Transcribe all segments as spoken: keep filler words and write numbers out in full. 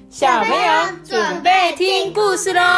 小朋友准备听故事咯。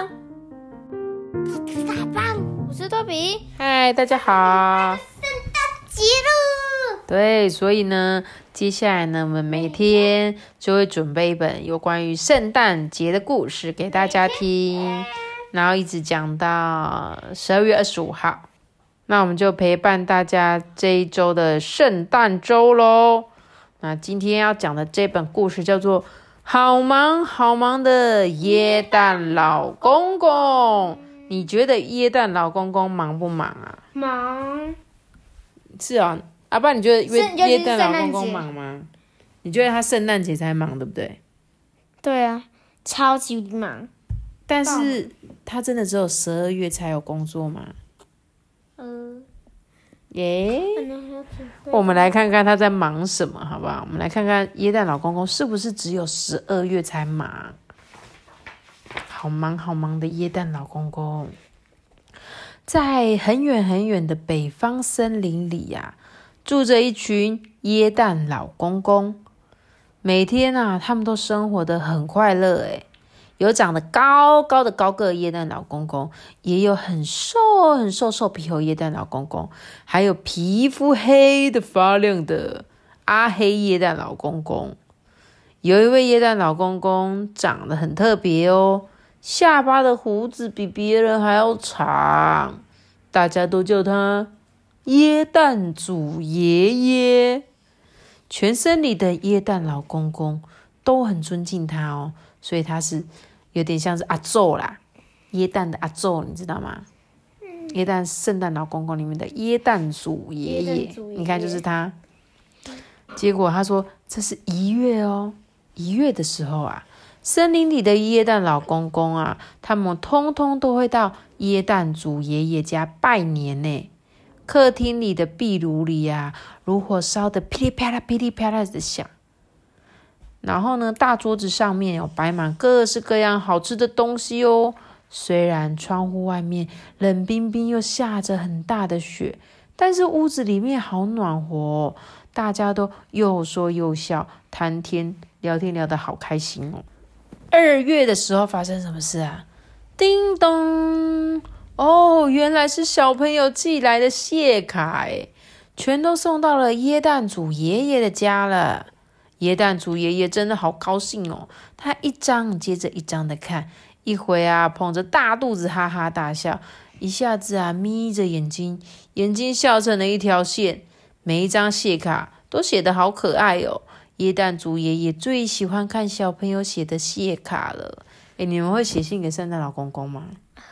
我是多比， 嗨，大家好。 圣诞节了。 对，所以呢，接下来呢，我们每天就会准备一本有关于圣诞节的故事给大家听，然后一直讲到十二月二十五号。那我们就陪伴大家这一周的圣诞周咯。那今天要讲的这本故事叫做好忙好忙的耶诞老公公。你觉得耶诞老公公忙不忙啊？ 忙。 是啊，阿爸，你觉得耶耶诞老公公忙吗？你觉得他圣诞节才忙，对不对？ 对啊，超级忙。 但是他真的只有十二月才有工作吗？ 呃， 耶、 yeah 我们来看看他在忙什么，好不好？我们来看看耶诞老公公是不是只有十二月才忙？好忙好忙的耶诞老公公，在很远很远的北方森林里呀、啊，住着一群耶诞老公公。每天啊，他们都生活得很快乐诶。有长得高高的高个耶诞老公公，也有很瘦很瘦瘦皮猴耶诞老公公，还有皮肤黑的发亮的阿黑耶诞老公公。有一位耶诞老公公长得很特别哦，下巴的胡子比别人还要长，大家都叫他耶诞祖爷爷。全森里的耶诞老公公都很尊敬他哦，所以他是有点像是阿祖啦，耶诞的阿祖，你知道吗？嗯、耶诞圣诞老公公里面的耶诞祖爷爷，你看就是他。结果他说这是一月哦，一月的时候啊，森林里的耶诞老公公啊，他们通通都会到耶诞祖爷爷家拜年呢。客厅里的壁炉里啊，炉火烧得噼里啪啦噼里啪啦的响。然后呢，大桌子上面有摆满各式各样好吃的东西哦。虽然窗户外面冷冰冰又下着很大的雪，但是屋子里面好暖和哦，大家都又说又笑，谈天聊天聊得好开心哦。二月的时候发生什么事啊？叮咚！哦，原来是小朋友寄来的谢卡耶，全都送到了耶诞祖爷爷的家了。耶诞祖爷爷真的好高兴哦，他一张接着一张的看，一回啊捧着大肚子哈哈大笑，一下子啊眯着眼睛，眼睛笑成了一条线。每一张谢卡都写得好可爱哦，耶诞祖爷爷最喜欢看小朋友写的谢卡了。诶，你们会写信给圣诞老公公吗？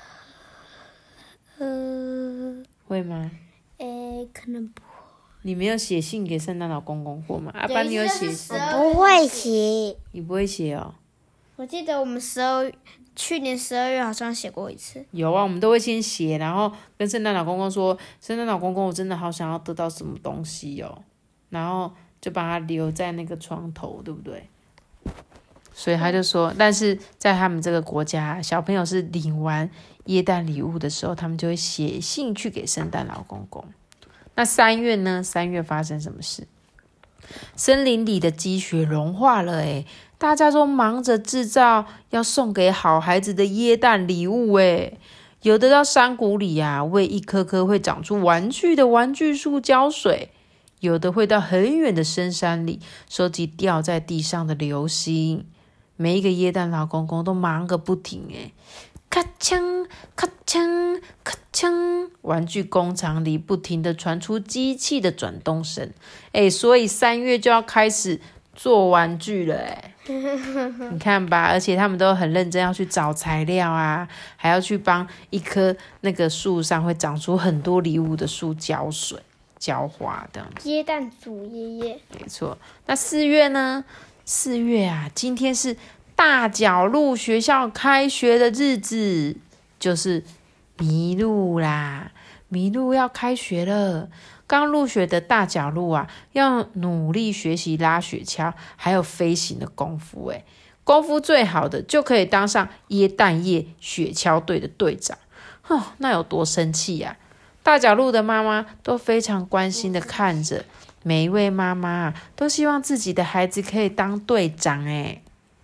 呃， 会吗？ 诶，可能不会。 你没有写信给圣诞老公公过吗？阿爸，你有写信？ 我不会写。 你不会写哦？ 我记得我们十二去年十二月好像写过一次。 有啊，我们都会先写，然后跟圣诞老公公说：“圣诞老公公，我真的好想要得到什么东西哦。”然后就把它留在那个床头，对不对？所以他就说，但是在他们这个国家，小朋友是领完耶诞礼物的时候，他们就会写信去给圣诞老公公。那三月呢？三月发生什么事？森林里的积雪融化了诶，大家都忙着制造要送给好孩子的耶诞礼物诶。有的到山谷里啊，为一棵棵会长出玩具的玩具树浇水；有的会到很远的深山里收集掉在地上的流星。每一个耶诞老公公都忙个不停诶，咔锵咔锵咔锵，玩具工厂里不停地传出机器的转动声。诶，所以三月就要开始做玩具了诶。你看吧，而且他们都很认真要去找材料啊，还要去帮一棵那个树上会长出很多礼物的树浇水浇花这样子。 耶诞祖爷爷。 没错。那四月呢？四月啊，今天是大角鹿学校开学的日子，就是麋鹿啦。麋鹿要开学了，刚入学的大角鹿啊，要努力学习拉雪橇，还有飞行的功夫。诶，功夫最好的就可以当上耶诞夜雪橇队的队长。哦，那有多生气啊！大角鹿的妈妈都非常关心的看着。每一位妈妈都希望自己的孩子可以当队长诶。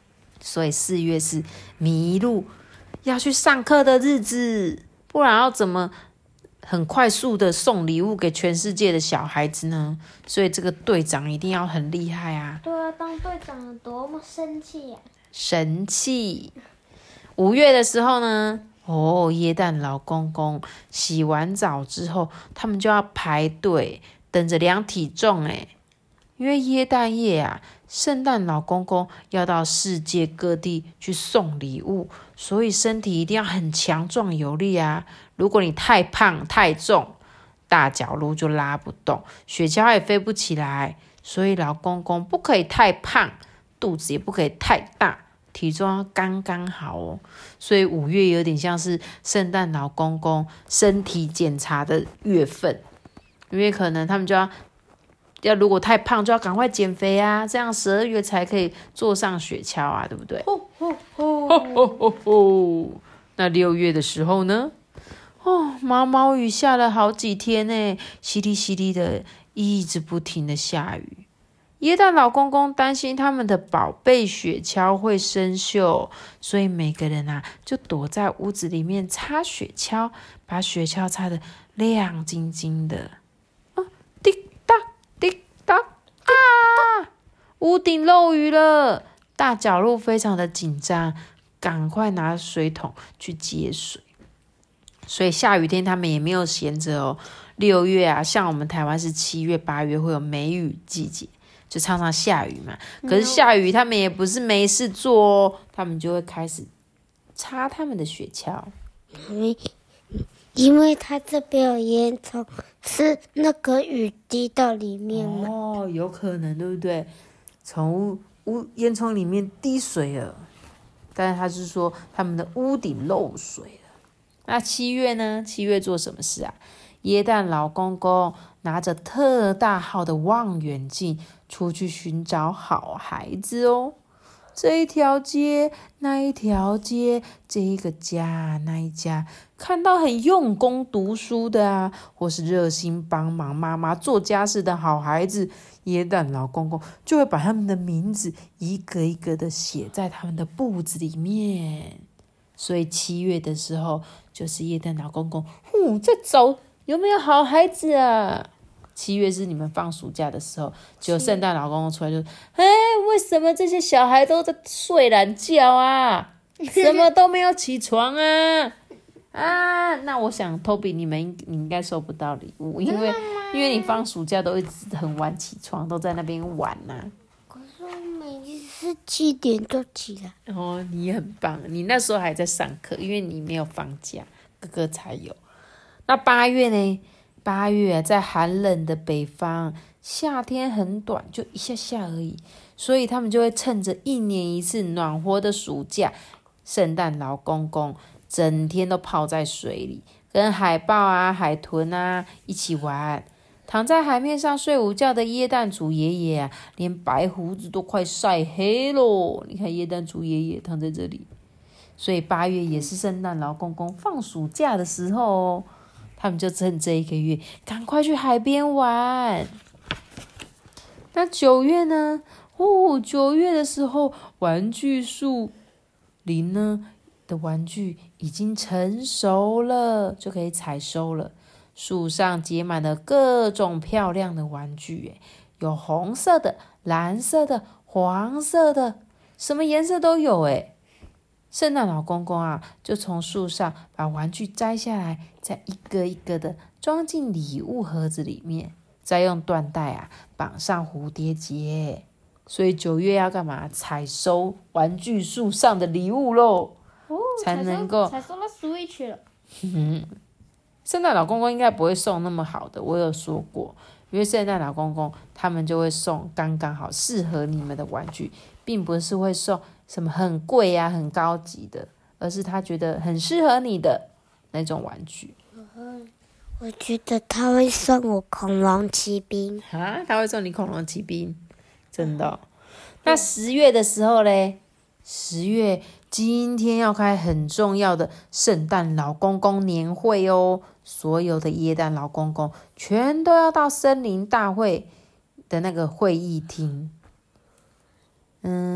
所以四月是麋鹿要去上课的日子，不然要怎么很快速的送礼物给全世界的小孩子呢？所以这个队长一定要很厉害啊！ 对啊，当队长多么生气呀、啊！ 神气。五月的时候呢，哦，耶诞老公公洗完澡之后，他们就要排队等着量体重诶，因为耶诞夜啊，圣诞老公公要到世界各地去送礼物，所以身体一定要很强壮有力啊。如果你太胖太重，大脚路就拉不动，雪橇也飞不起来。所以老公公不可以太胖，肚子也不可以太大，体重要刚刚好哦。所以五月有点像是圣诞老公公身体检查的月份，因为可能他们就要要如果太胖就要赶快减肥啊，这样十二月才可以坐上雪橇啊，对不对？ 吼吼吼吼吼吼吼！那六月的时候呢？哦，毛毛雨下了好几天呢，淅沥淅沥的，一直不停的下雨。耶诞老公公担心他们的宝贝雪橇会生锈，所以每个人啊就躲在屋子里面擦雪橇，把雪橇擦得亮晶晶的。啊，滴答滴答啊！屋顶漏雨了，大角鹿非常的紧张，赶快拿水桶去接水。所以下雨天他们也没有闲着哦。六月啊，像我们台湾是七月、八月会有梅雨季节，就常常下雨嘛。可是下雨他们也不是没事做哦，他们就会开始擦他们的雪橇。 因为因为它这边有烟囱，是那个雨滴到里面吗？ 哦，有可能，对不对？从屋屋烟囱里面滴水了，但是他是说他们的屋顶漏水了。那七月呢？七月做什么事啊？耶诞老公公拿着特大号的望远镜出去寻找好孩子哦。这一条街，那一条街，这一个家，那一家，看到很用功读书的啊，或是热心帮忙妈妈做家事的好孩子，耶诞老公公就会把他们的名字一个一个的写在他们的簿子里面。所以七月的时候，就是耶诞老公公，呼，在找有没有好孩子啊？七月是你们放暑假的时候，结果圣诞老公公出来就，哎，为什么这些小孩都在睡懒觉啊？什么都没有起床啊？啊，那我想 Toby 你们你应该收不到礼物，因为因为你放暑假都一直很晚起床，都在那边玩呐、啊。 可是我每次七点就起来。 哦，你很棒，你那时候还在上课，因为你没有放假，哥哥才有。那八月呢？八月、啊、在寒冷的北方，夏天很短，就一下下而已，所以他们就会趁着一年一次暖和的暑假，圣诞老公公整天都泡在水里，跟海豹啊、海豚啊一起玩。躺在海面上睡午觉的耶诞祖爷爷啊，连白胡子都快晒黑咯。你看耶诞祖爷爷躺在这里，所以八月也是圣诞老公公放暑假的时候哦。他们就趁这一个月，赶快去海边玩。那九月呢？哦，九月的时候，玩具树林呢的玩具已经成熟了，就可以采收了。树上结满了各种漂亮的玩具，有红色的、蓝色的、黄色的，什么颜色都有诶。圣诞老公公啊，就从树上把玩具摘下来，再一个一个的装进礼物盒子里面，再用缎带啊绑上蝴蝶结。所以九月要干嘛？采收玩具树上的礼物咯， 哦， 才能够采收到 Switch 了。 嗯，圣诞老公公应该不会送那么好的，我有说过，因为圣诞老公公他们就会送刚刚好适合你们的玩具，并不是会送什么很贵啊、很高级的，而是他觉得很适合你的那种玩具。 我觉得他会送我恐龙骑兵啊，他会送你恐龙骑兵，真的、哦。那十月的时候嘞，十月今天要开很重要的圣诞老公公年会哦，所有的耶诞老公公全都要到森林大会的那个会议厅。嗯，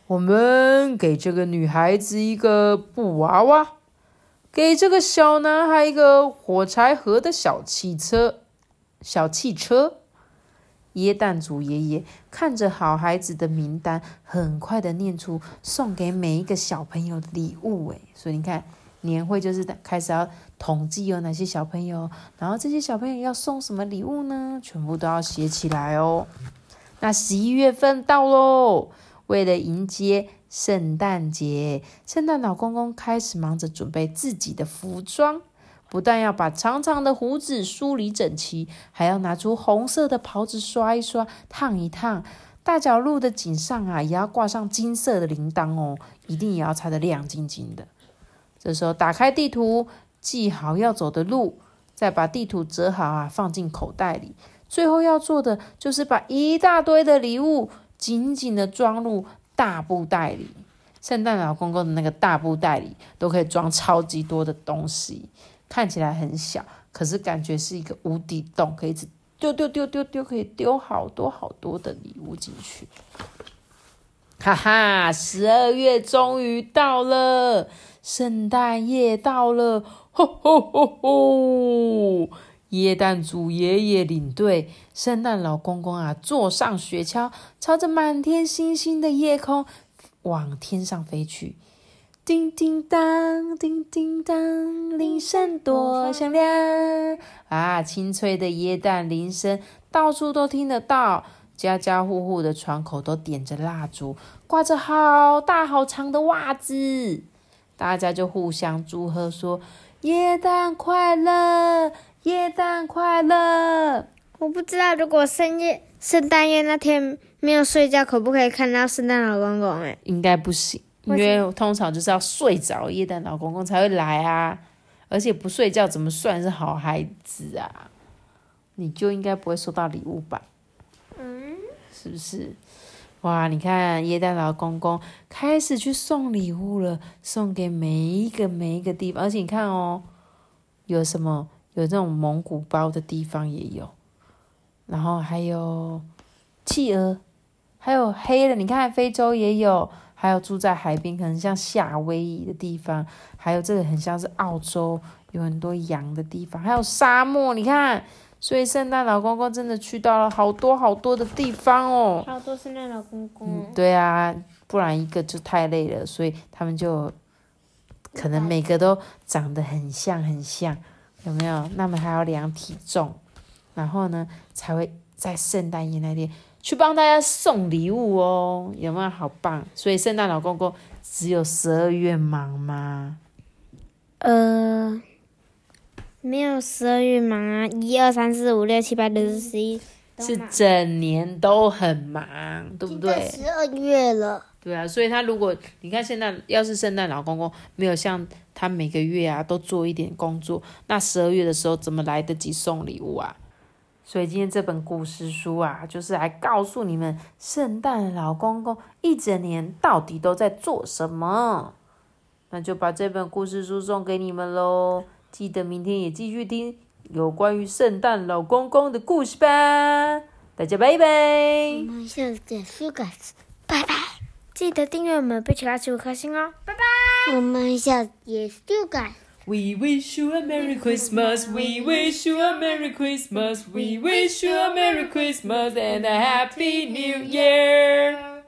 我们给这个女孩子一个布娃娃，给这个小男孩一个火柴盒的小汽车。小汽车。耶诞族爷爷看着好孩子的名单，很快的念出送给每一个小朋友的礼物。诶，所以你看，年会就是开始要统计有哪些小朋友，然后这些小朋友要送什么礼物呢？全部都要写起来哦。那十一月份到咯，为了迎接圣诞节，圣诞老公公开始忙着准备自己的服装。不但要把长长的胡子梳理整齐，还要拿出红色的袍子刷一刷、烫一烫。大角鹿的颈上啊，也要挂上金色的铃铛哦，一定也要擦得亮晶晶的。这时候打开地图，记好要走的路，再把地图折好啊，放进口袋里。最后要做的就是把一大堆的礼物紧紧的装入大布袋里。圣诞老公公的那个大布袋里都可以装超级多的东西。看起来很小，可是感觉是一个无底洞，可以一直丢丢丢丢丢，可以丢好多好多的礼物进去。哈哈，十二月终于到了，圣诞夜到了，吼吼吼吼！耶诞族爷爷领队，圣诞老公公啊，坐上雪橇，朝着满天星星的夜空往天上飞去。叮叮当，叮叮当，铃声多响亮啊！清脆的耶诞铃声到处都听得到，家家户户的窗口都点着蜡烛，挂着好大好长的袜子，大家就互相祝贺说：“耶诞快乐，耶诞快乐！” 我不知道，如果圣夜圣诞夜那天没有睡觉，可不可以看到圣诞老公公？哎， 应该不行。因为通常就是要睡着，耶诞老公公才会来啊，而且不睡觉怎么算是好孩子啊？你就应该不会收到礼物吧？嗯，是不是？哇，你看耶诞老公公开始去送礼物了，送给每一个每一个地方，而且你看哦，有什么有这种蒙古包的地方也有，然后还有企鹅，还有黑的，你看非洲也有。还有住在海边，可能像夏威夷的地方，还有这个很像是澳洲，有很多羊的地方，还有沙漠，你看，所以圣诞老公公真的去到了好多好多的地方哦。 好多圣诞老公公、 嗯。对啊，不然一个就太累了，所以他们就可能每个都长得很像很像，有没有？那么还要量体重，然后呢才会在圣诞夜那天去帮大家送礼物哦，有没有好棒？所以圣诞老公公只有十二月忙吗？ 呃，没有十二月忙啊，一二三四五六七八九十十一， 是整年都很忙，对不对？ 十二月了。 对啊，所以他如果你看现在要是圣诞老公公没有像他每个月啊都做一点工作，那十二月的时候怎么来得及送礼物啊？所以今天这本故事书啊，就是来告诉你们圣诞老公公一整年到底都在做什么。那就把这本故事书送给你们咯，记得明天也继续听有关于圣诞老公公的故事吧。大家拜拜。 我们下次结束个，拜拜。记得订阅我们，并且给五颗星哦，拜拜。我们下次结束个。 We wish you a Merry Christmas, we wish you a Merry Christmas, we wish you a Merry Christmas and a Happy New Year.